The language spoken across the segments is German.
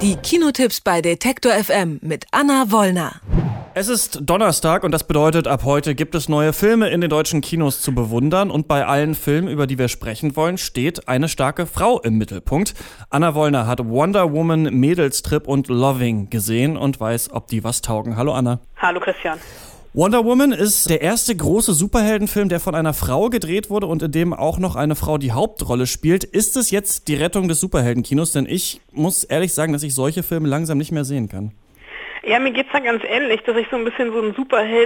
Die Kinotipps bei Detektor FM mit Anna Wollner. Es ist Donnerstag und das bedeutet, ab heute gibt es neue Filme in den deutschen Kinos zu bewundern. Und bei allen Filmen, über die wir sprechen wollen, steht eine starke Frau im Mittelpunkt. Anna Wollner hat Wonder Woman, Mädelstrip und Loving gesehen und weiß, ob die was taugen. Hallo Anna. Hallo Christian. Wonder Woman ist der erste große Superheldenfilm, der von einer Frau gedreht wurde und in dem auch noch eine Frau die Hauptrolle spielt. Ist es jetzt die Rettung des Superheldenkinos? Denn ich muss ehrlich sagen, dass ich solche Filme langsam nicht mehr sehen kann. Ja, mir geht's da ganz ähnlich, dass ich so ein bisschen so einen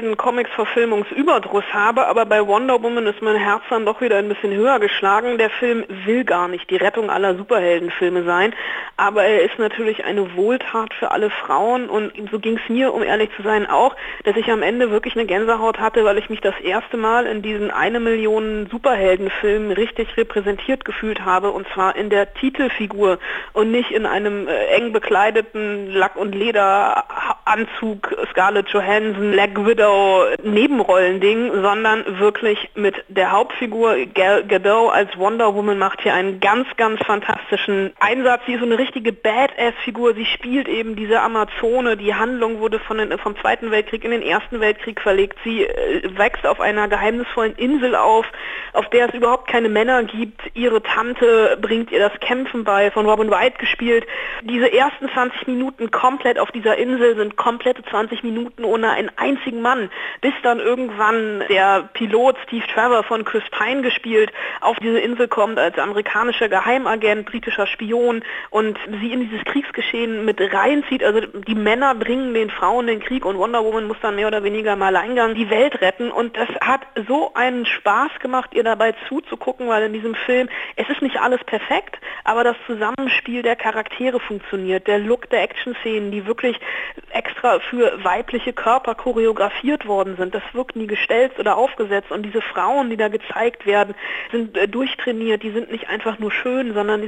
Superhelden-Comics-Verfilmungsüberdruss habe, aber bei Wonder Woman ist mein Herz dann doch wieder ein bisschen höher geschlagen. Der Film will gar nicht die Rettung aller Superheldenfilme sein, aber er ist natürlich eine Wohltat für alle Frauen und so ging's mir, um ehrlich zu sein, auch, dass ich am Ende wirklich eine Gänsehaut hatte, weil ich mich das erste Mal in diesen 1 Million Superheldenfilmen richtig repräsentiert gefühlt habe, und zwar in der Titelfigur und nicht in einem eng bekleideten Lack- und Lederanzug, Scarlett Johansson, Black Widow, Nebenrollending, sondern wirklich mit der Hauptfigur Gal Gadot als Wonder Woman macht hier einen ganz, ganz fantastischen Einsatz. Sie ist so eine richtige Badass-Figur. Sie spielt eben diese Amazone. Die Handlung wurde vom Zweiten Weltkrieg in den Ersten Weltkrieg verlegt. Sie wächst auf einer geheimnisvollen Insel auf der es überhaupt keine Männer gibt. Ihre Tante bringt ihr das Kämpfen bei, von Robin Wright gespielt. Diese ersten 20 Minuten komplett auf dieser Insel sind komplette 20 Minuten ohne einen einzigen Mann, bis dann irgendwann der Pilot Steve Trevor von Chris Pine gespielt auf diese Insel kommt als amerikanischer Geheimagent, britischer Spion und sie in dieses Kriegsgeschehen mit reinzieht. Also die Männer bringen den Frauen den Krieg und Wonder Woman muss dann mehr oder weniger im Alleingang die Welt retten, und das hat so einen Spaß gemacht, ihr dabei zuzugucken, weil in diesem Film, es ist nicht alles perfekt, aber das Zusammenspiel der Charaktere funktioniert, der Look der Action-Szenen, die wirklich extra für weibliche Körper choreografiert worden sind. Das wirkt nie gestelzt oder aufgesetzt, und diese Frauen, die da gezeigt werden, sind durchtrainiert, die sind nicht einfach nur schön, sondern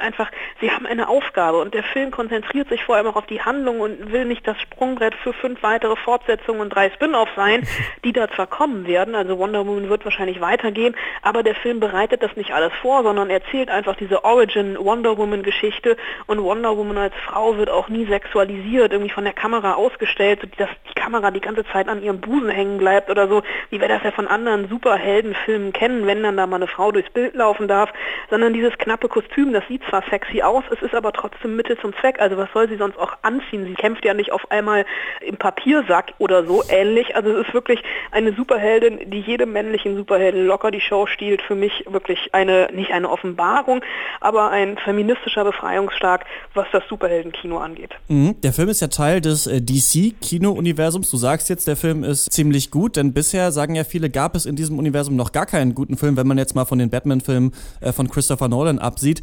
sie haben eine Aufgabe, und der Film konzentriert sich vor allem auch auf die Handlung und will nicht das Sprungbrett für 5 weitere Fortsetzungen und 3 Spin-offs sein, die da zwar kommen werden, also Wonder Woman wird wahrscheinlich weitergehen, aber der Film bereitet das nicht alles vor, sondern erzählt einfach diese Origin Wonder Woman Geschichte, und Wonder Woman als Frau wird auch nie sexualisiert, irgendwie von der Kamera ausgestellt, dass die Kamera die ganze Zeit an ihrem Busen hängen bleibt oder so, wie wir das ja von anderen Superheldenfilmen kennen, wenn dann da mal eine Frau durchs Bild laufen darf, sondern dieses knappe Kostüm, das sieht zwar sexy aus, es ist aber trotzdem Mittel zum Zweck, also was soll sie sonst auch anziehen? Sie kämpft ja nicht auf einmal im Papiersack oder so ähnlich, also es ist wirklich eine Superheldin, die jedem männlichen Superhelden locker die Show stiehlt. Für mich wirklich nicht eine Offenbarung, aber ein feministischer Befreiungsschlag, was das Superheldenkino angeht. Der Film ist ja Teil des DC-Kino-Universums. Du sagst jetzt, der Film ist ziemlich gut, denn bisher, sagen ja viele, gab es in diesem Universum noch gar keinen guten Film, wenn man jetzt mal von den Batman-Filmen von Christopher Nolan absieht.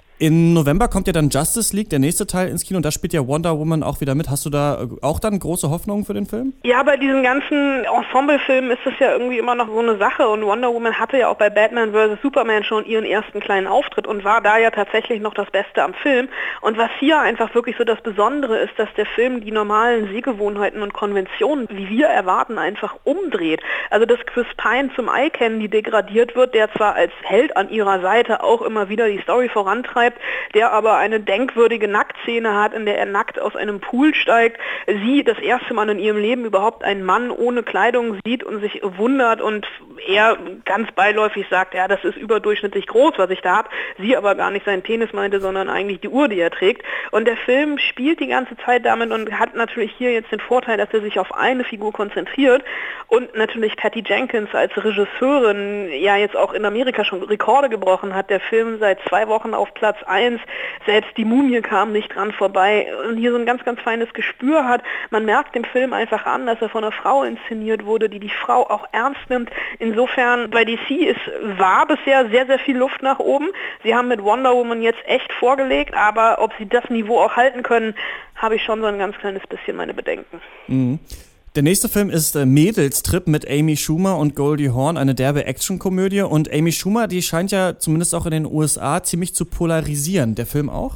Im November kommt ja dann Justice League, der nächste Teil ins Kino, und da spielt ja Wonder Woman auch wieder mit. Hast du da auch dann große Hoffnungen für den Film? Ja, bei diesen ganzen Ensemble-Filmen ist das ja irgendwie immer noch so eine Sache, und Wonder Woman hatte ja auch bei Batman vs. Superman schon ihren ersten kleinen Auftritt und war da ja tatsächlich noch das Beste am Film. Und was hier einfach wirklich so das Besondere ist, dass der Film die normalen Sehgewohnheiten und Konventionen, wie wir erwarten, einfach umdreht. Also dass Chris Pine zum Eye-Candy degradiert wird, der zwar als Held an ihrer Seite auch immer wieder die Story vorantreibt, der aber eine denkwürdige Nacktszene hat, in der er nackt aus einem Pool steigt, sie das erste Mal in ihrem Leben überhaupt einen Mann ohne Kleidung sieht und sich wundert, und er ganz beiläufig sagt, ja, das ist überdurchschnittlich groß, was ich da habe, sie aber gar nicht seinen Penis meinte, sondern eigentlich die Uhr, die er trägt. Und der Film spielt die ganze Zeit damit und hat natürlich hier jetzt den Vorteil, dass er sich auf eine Figur konzentriert, und natürlich Patty Jenkins als Regisseurin ja jetzt auch in Amerika schon Rekorde gebrochen hat. Der Film seit 2 Wochen auf Platz 1, selbst die Mumie kam nicht dran vorbei, und hier so ein ganz, ganz feines Gespür hat. Man merkt dem Film einfach an, dass er von einer Frau inszeniert wurde, die Frau auch ernst nimmt. Insofern, bei DC war bisher sehr, sehr viel Luft nach oben. Sie haben mit Wonder Woman jetzt echt vorgelegt, aber ob sie das Niveau auch halten können, habe ich schon so ein ganz kleines bisschen meine Bedenken. Mhm. Der nächste Film ist Mädelstrip mit Amy Schumer und Goldie Hawn, eine derbe Actionkomödie. Und Amy Schumer, die scheint ja zumindest auch in den USA ziemlich zu polarisieren. Der Film auch?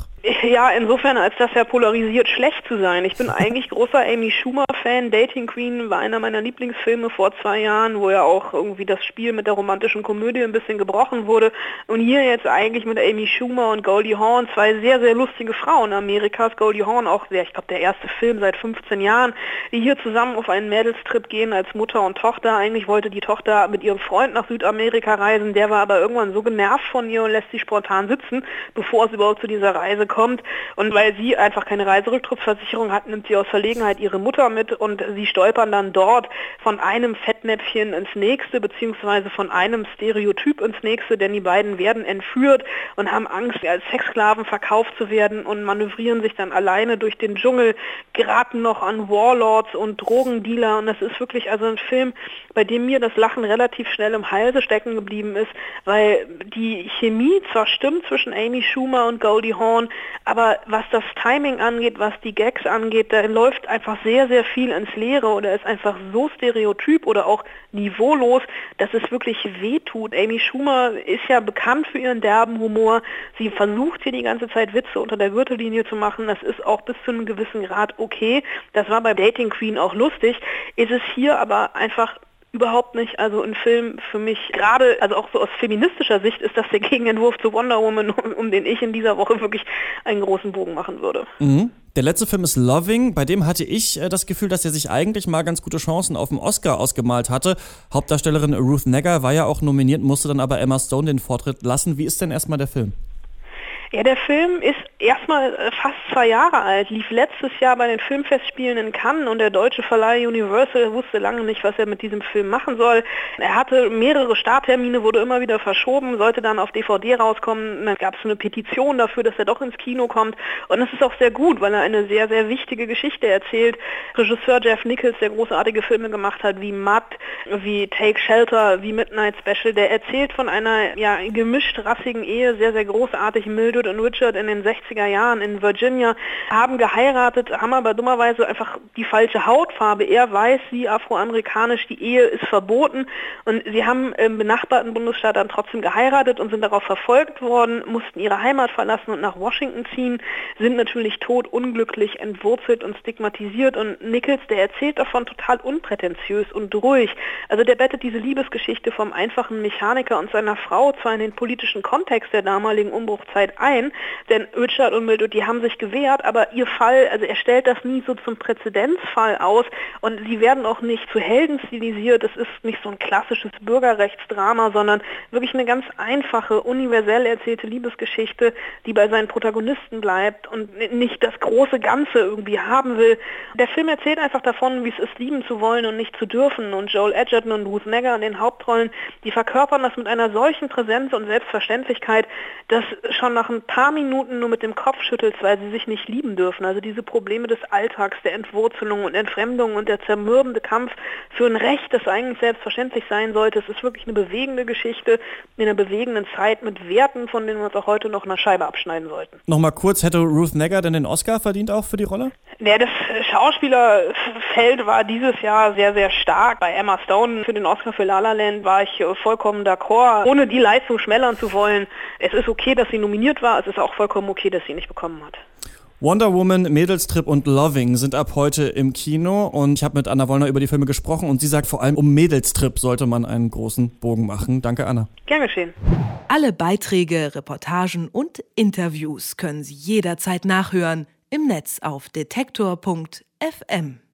Ja, insofern, als das ja polarisiert, schlecht zu sein. Ich bin eigentlich großer Amy Schumer-Fan. Dating Queen war einer meiner Lieblingsfilme vor 2 Jahren, wo ja auch irgendwie das Spiel mit der romantischen Komödie ein bisschen gebrochen wurde. Und hier jetzt eigentlich mit Amy Schumer und Goldie Hawn, 2 sehr, sehr lustige Frauen Amerikas. Goldie Hawn auch sehr, ich glaube, der erste Film seit 15 Jahren, die hier zusammen auf einen Mädelstrip gehen als Mutter und Tochter. Eigentlich wollte die Tochter mit ihrem Freund nach Südamerika reisen, der war aber irgendwann so genervt von ihr und lässt sie spontan sitzen, bevor es überhaupt zu dieser Reise kommt. Und weil sie einfach keine Reiserücktrittsversicherung hat, nimmt sie aus Verlegenheit ihre Mutter mit und sie stolpern dann dort von einem Fettnäpfchen ins nächste, beziehungsweise von einem Stereotyp ins nächste, denn die beiden werden entführt und haben Angst, als Sexsklaven verkauft zu werden und manövrieren sich dann alleine durch den Dschungel, geraten noch an Warlords und Drogendealer und das ist wirklich also ein Film, bei dem mir das Lachen relativ schnell im Halse stecken geblieben ist, weil die Chemie zwar stimmt zwischen Amy Schumer und Goldie Hawn, aber was das Timing angeht, was die Gags angeht, da läuft einfach sehr, sehr viel ins Leere oder ist einfach so stereotyp oder auch niveaulos, dass es wirklich wehtut. Amy Schumer ist ja bekannt für ihren derben Humor. Sie versucht hier die ganze Zeit Witze unter der Gürtellinie zu machen. Das ist auch bis zu einem gewissen Grad okay. Das war bei Dating Queen auch lustig. Ist es hier aber einfach überhaupt nicht. Also ein Film für mich gerade, also auch so aus feministischer Sicht, ist das der Gegenentwurf zu Wonder Woman, um den ich in dieser Woche wirklich einen großen Bogen machen würde. Mhm. Der letzte Film ist Loving, bei dem hatte ich das Gefühl, dass er sich eigentlich mal ganz gute Chancen auf den Oscar ausgemalt hatte. Hauptdarstellerin Ruth Negga war ja auch nominiert, musste dann aber Emma Stone den Vortritt lassen. Wie ist denn erstmal der Film? Ja, der Film ist erstmal fast 2 Jahre alt, lief letztes Jahr bei den Filmfestspielen in Cannes und der deutsche Verleih Universal wusste lange nicht, was er mit diesem Film machen soll. Er hatte mehrere Starttermine, wurde immer wieder verschoben, sollte dann auf DVD rauskommen. Dann gab es eine Petition dafür, dass er doch ins Kino kommt und das ist auch sehr gut, weil er eine sehr, sehr wichtige Geschichte erzählt. Regisseur Jeff Nichols, der großartige Filme gemacht hat, wie Mud, wie Take Shelter, wie Midnight Special, der erzählt von einer gemischt-rassigen Ehe, sehr, sehr großartig. Mildred und Richard in den 60er Jahren in Virginia haben geheiratet, haben aber dummerweise einfach die falsche Hautfarbe. Er weiß, sie afroamerikanisch, die Ehe ist verboten und sie haben im benachbarten Bundesstaat dann trotzdem geheiratet und sind darauf verfolgt worden, mussten ihre Heimat verlassen und nach Washington ziehen, sind natürlich todunglücklich, entwurzelt und stigmatisiert und Nichols, der erzählt davon total unprätentiös und ruhig. Also der bettet diese Liebesgeschichte vom einfachen Mechaniker und seiner Frau zwar in den politischen Kontext der damaligen Umbruchzeit ein, denn Richard und Mildred, die haben sich gewehrt, aber ihr Fall, also er stellt das nie so zum Präzedenzfall aus und sie werden auch nicht zu Helden stilisiert, es ist nicht so ein klassisches Bürgerrechtsdrama, sondern wirklich eine ganz einfache, universell erzählte Liebesgeschichte, die bei seinen Protagonisten bleibt und nicht das große Ganze irgendwie haben will. Der Film erzählt einfach davon, wie es ist, lieben zu wollen und nicht zu dürfen und Joel Edgerton und Ruth Negga in den Hauptrollen, die verkörpern das mit einer solchen Präsenz und Selbstverständlichkeit, dass schon nach ein paar Minuten nur mit dem Kopf schüttelt, weil sie sich nicht lieben dürfen. Also diese Probleme des Alltags, der Entwurzelung und Entfremdung und der zermürbende Kampf für ein Recht, das eigentlich selbstverständlich sein sollte. Es ist wirklich eine bewegende Geschichte in einer bewegenden Zeit mit Werten, von denen wir uns auch heute noch eine Scheibe abschneiden sollten. Nochmal kurz, hätte Ruth Negga denn den Oscar verdient auch für die Rolle? Ja, das Schauspielerfeld war dieses Jahr sehr, sehr stark. Bei Emma Stone für den Oscar für La La Land war ich vollkommen d'accord. Ohne die Leistung schmälern zu wollen, es ist okay, dass sie nominiert war, es ist auch vollkommen okay, dass sie nicht bekommen hat. Wonder Woman, Mädelstrip und Loving sind ab heute im Kino und ich habe mit Anna Wollner über die Filme gesprochen und sie sagt, vor allem um Mädelstrip sollte man einen großen Bogen machen. Danke, Anna. Gern geschehen. Alle Beiträge, Reportagen und Interviews können Sie jederzeit nachhören im Netz auf detektor.fm.